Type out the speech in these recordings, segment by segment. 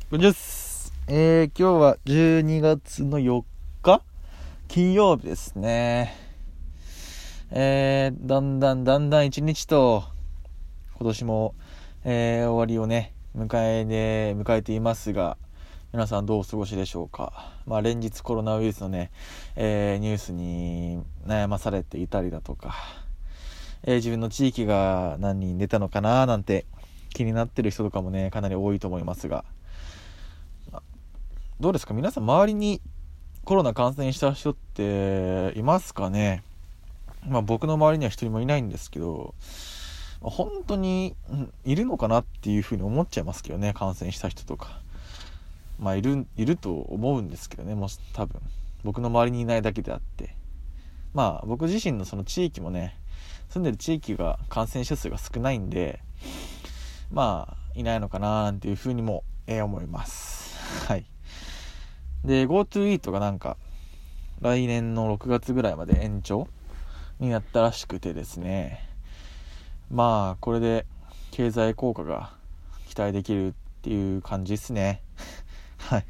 こんにちはっす。今日は12月の4日金曜日ですね。だんだん一日と今年も、終わりをね迎えていますが、皆さんどうお過ごしでしょうか。連日コロナウイルスのね、ニュースに悩まされていたりだとか、自分の地域が何人出たのかななんて気になってる人とかもねかなり多いと思いますが、どうですか皆さん、周りにコロナ感染した人っていますかね。僕の周りには一人もいないんですけど、本当にいるのかなっていうふうに思っちゃいますけどね。感染した人とかいると思うんですけどね。もし多分僕の周りにいないだけであって、僕自身のその地域もね、住んでる地域が感染者数が少ないんで、いないのかななんていうふうにも、思います。はい。で GoTo イートが来年の6月ぐらいまで延長になったらしくてですね、これで経済効果が期待できるっていう感じですね。はい。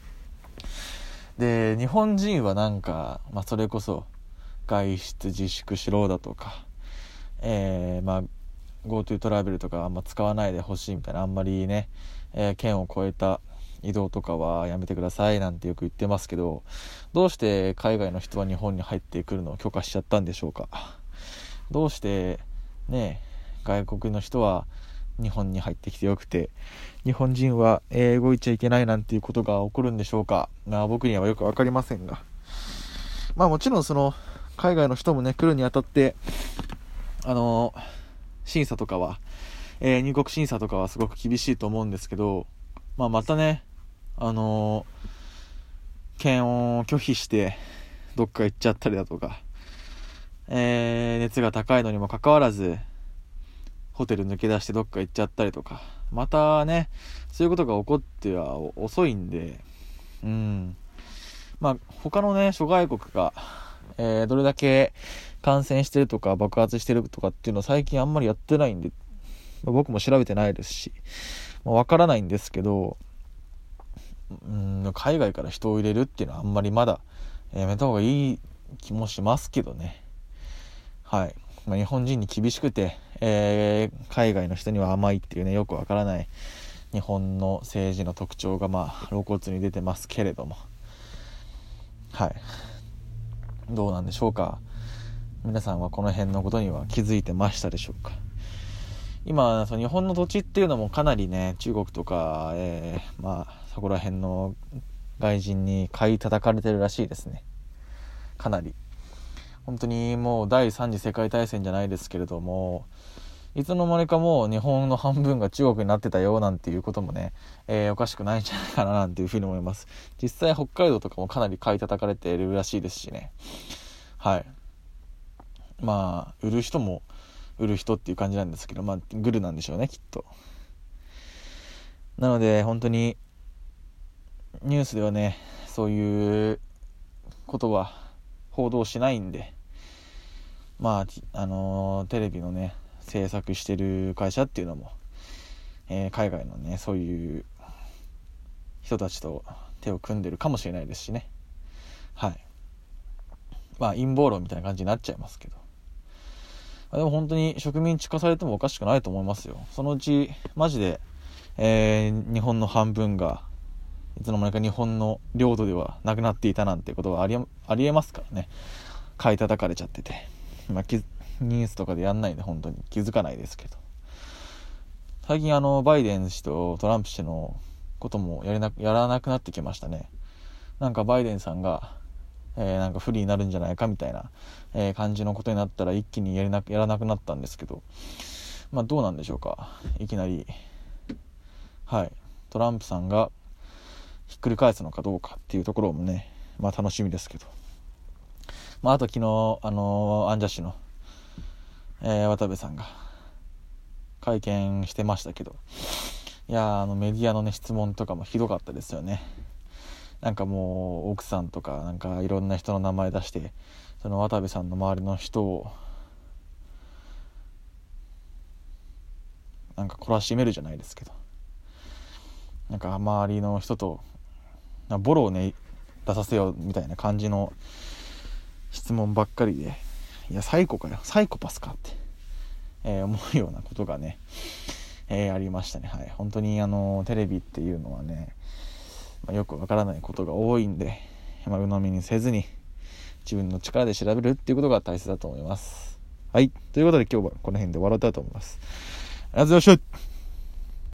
で日本人はそれこそ外出自粛しろだとか、GoTo トラベルとかあんま使わないでほしいみたいな、あんまりね、県を越えた移動とかはやめてくださいなんてよく言ってますけど、どうして海外の人は日本に入ってくるのを許可しちゃったんでしょうか。どうしてね外国の人は日本に入ってきてよくて、日本人は動いちゃいけないなんていうことが起こるんでしょうか。僕にはよくわかりませんが、もちろんその海外の人もね来るにあたって審査とかは、入国審査とかはすごく厳しいと思うんですけど、またね検温を拒否してどっか行っちゃったりだとか、熱が高いのにもかかわらずホテル抜け出してどっか行っちゃったりとか、またねそういうことが起こっては遅いんで、他のね諸外国が、どれだけ感染してるとか爆発してるとかっていうのを最近あんまりやってないんで、僕も調べてないですしわからないんですけど、海外から人を入れるっていうのはあんまりまだやめた方がいい気もしますけどね。はい。日本人に厳しくて、海外の人には甘いっていうね、よくわからない日本の政治の特徴が露骨に出てますけれども、はい。どうなんでしょうか。皆さんはこの辺のことには気づいてましたでしょうか。今日本の土地っていうのもかなりね中国とか、そこら辺の外人に買い叩かれてるらしいですね。かなり本当にもう第3次世界大戦じゃないですけれども、いつの間にかもう日本の半分が中国になってたよなんていうこともね、おかしくないんじゃないかななんていうふうに思います。実際北海道とかもかなり買い叩かれているらしいですしね。はい。売る人も売る人っていう感じなんですけど、グルなんでしょうねきっと。なので本当にニュースではねそういうことは報道しないんで、テレビのね制作してる会社っていうのも、海外のねそういう人たちと手を組んでるかもしれないですしね。はい。陰謀論みたいな感じになっちゃいますけど、でも本当に植民地化されてもおかしくないと思いますよ。そのうちマジで、日本の半分がいつの間にか日本の領土ではなくなっていたなんてことはありえますからね。買い叩かれちゃってて、ニュースとかでやんないんで本当に気づかないですけど、最近バイデン氏とトランプ氏のこともやらなくなってきましたね。バイデンさんが不利になるんじゃないかみたいな、感じのことになったら一気にやらなくなったんですけど、どうなんでしょうか。いきなりトランプさんがひっくり返すのかどうかっていうところもね楽しみですけど、あと昨日アンジャッシュの、渡部さんが会見してましたけど、メディアのね質問とかもひどかったですよね。もう奥さんとかいろんな人の名前出して、その渡部さんの周りの人を懲らしめるじゃないですけど、 なんか周りの人とボロをね出させようみたいな感じの質問ばっかりで、いやサイコかよ、サイコパスかって、思うようなことがね、ありましたね。はい、本当にテレビっていうのはね、よくわからないことが多いんで、鵜呑みにせずに自分の力で調べるっていうことが大切だと思います。はい、ということで今日はこの辺で終わろうと思います。ありがとうございました。